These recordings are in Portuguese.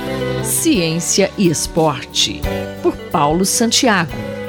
Ciência e Esporte, por Paulo Santiago.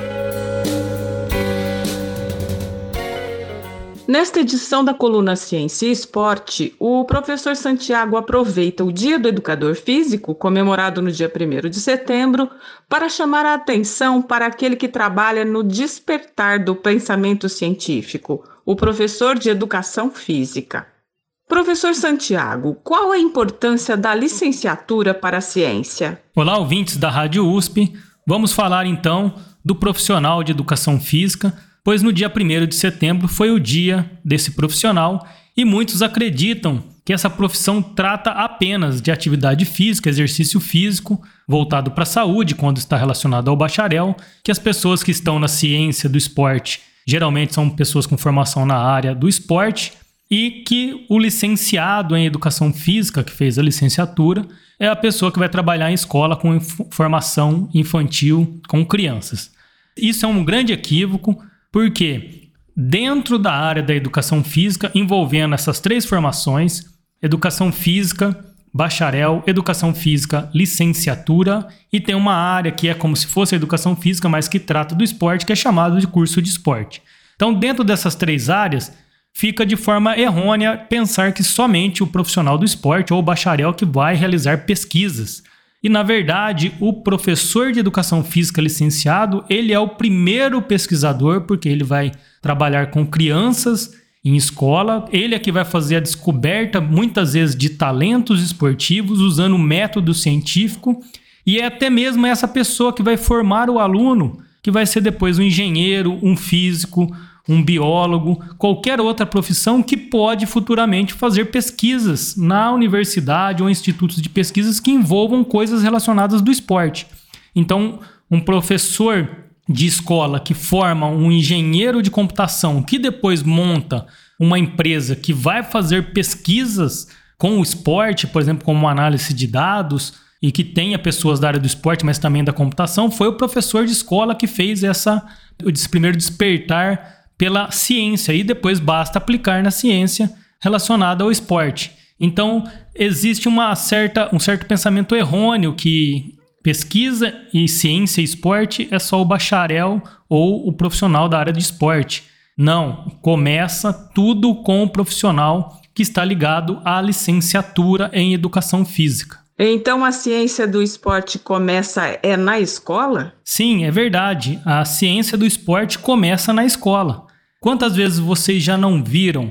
Nesta edição da coluna Ciência e Esporte, o professor Santiago aproveita o Dia do Educador Físico, comemorado no dia 1º de setembro, para chamar a atenção para aquele que trabalha no despertar do pensamento científico, o professor de Educação Física. Professor Santiago, qual a importância da licenciatura para a ciência? Olá, ouvintes da Rádio USP. Vamos falar então do profissional de Educação Física, pois no dia 1º de setembro foi o dia desse profissional e muitos acreditam que essa profissão trata apenas de atividade física, exercício físico, voltado para a saúde, quando está relacionado ao bacharel, que as pessoas que estão na ciência do esporte geralmente são pessoas com formação na área do esporte e que o licenciado em Educação Física, que fez a licenciatura, é a pessoa que vai trabalhar em escola com formação infantil com crianças. Isso é um grande equívoco, porque dentro da área da educação física, envolvendo essas três formações, educação física, bacharel, educação física, licenciatura, e tem uma área que é como se fosse a educação física, mas que trata do esporte, que é chamado de curso de esporte. Então, dentro dessas três áreas, fica de forma errônea pensar que somente o profissional do esporte ou o bacharel que vai realizar pesquisas. E, na verdade, o professor de Educação Física licenciado, ele é o primeiro pesquisador, porque ele vai trabalhar com crianças em escola, ele é que vai fazer a descoberta, muitas vezes, de talentos esportivos, usando o método científico, e é até mesmo essa pessoa que vai formar o aluno, que vai ser depois um engenheiro, um físico, um biólogo, qualquer outra profissão que pode futuramente fazer pesquisas na universidade ou institutos de pesquisas que envolvam coisas relacionadas do esporte. Então, um professor de escola que forma um engenheiro de computação que depois monta uma empresa que vai fazer pesquisas com o esporte, por exemplo, como análise de dados, e que tenha pessoas da área do esporte, mas também da computação, foi o professor de escola que fez esse primeiro despertar pela ciência, e depois basta aplicar na ciência relacionada ao esporte. Então, existe um certo pensamento errôneo que pesquisa e ciência e esporte é só o bacharel ou o profissional da área de esporte. Não, começa tudo com o profissional que está ligado à licenciatura em Educação Física. Então a ciência do esporte começa na escola? Sim, é verdade. A ciência do esporte começa na escola. Quantas vezes vocês já não viram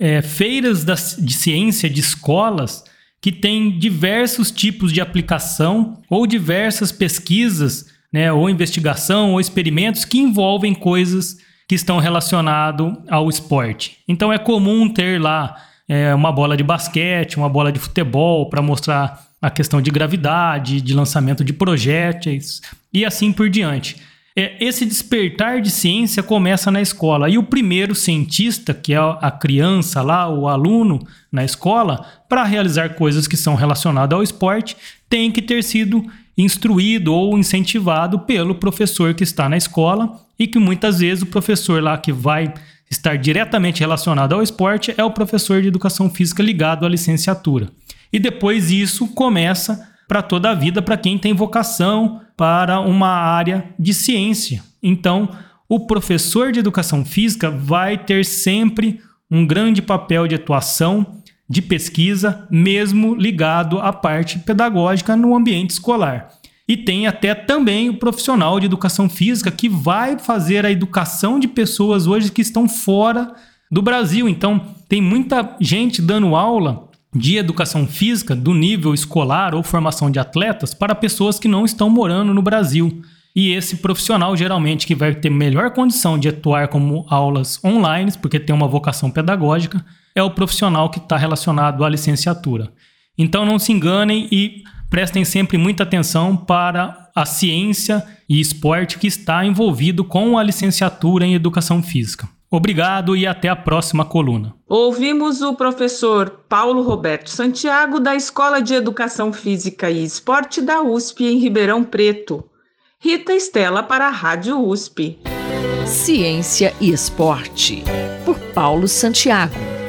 feiras de ciência de escolas que têm diversos tipos de aplicação ou diversas pesquisas, né, ou investigação ou experimentos que envolvem coisas que estão relacionadas ao esporte. Então é comum ter lá uma bola de basquete, uma bola de futebol para mostrar a questão de gravidade, de lançamento de projéteis e assim por diante. Esse despertar de ciência começa na escola e o primeiro cientista, que é a criança lá, o aluno na escola, para realizar coisas que são relacionadas ao esporte, tem que ter sido instruído ou incentivado pelo professor que está na escola e que muitas vezes o professor lá que vai estar diretamente relacionado ao esporte é o professor de Educação Física ligado à licenciatura. E depois isso começa para toda a vida, para quem tem vocação para uma área de ciência. Então, o professor de Educação Física vai ter sempre um grande papel de atuação, de pesquisa, mesmo ligado à parte pedagógica no ambiente escolar. E tem até também o profissional de Educação Física que vai fazer a educação de pessoas hoje que estão fora do Brasil. Então, tem muita gente dando aula de educação física do nível escolar ou formação de atletas para pessoas que não estão morando no Brasil. E esse profissional, geralmente, que vai ter melhor condição de atuar como aulas online, porque tem uma vocação pedagógica, é o profissional que está relacionado à licenciatura. Então não se enganem e prestem sempre muita atenção para a ciência e esporte que está envolvido com a licenciatura em Educação Física. Obrigado e até a próxima coluna. Ouvimos o professor Paulo Roberto Santiago, da Escola de Educação Física e Esporte da USP, em Ribeirão Preto. Rita Estela para a Rádio USP. Ciência e Esporte, por Paulo Santiago.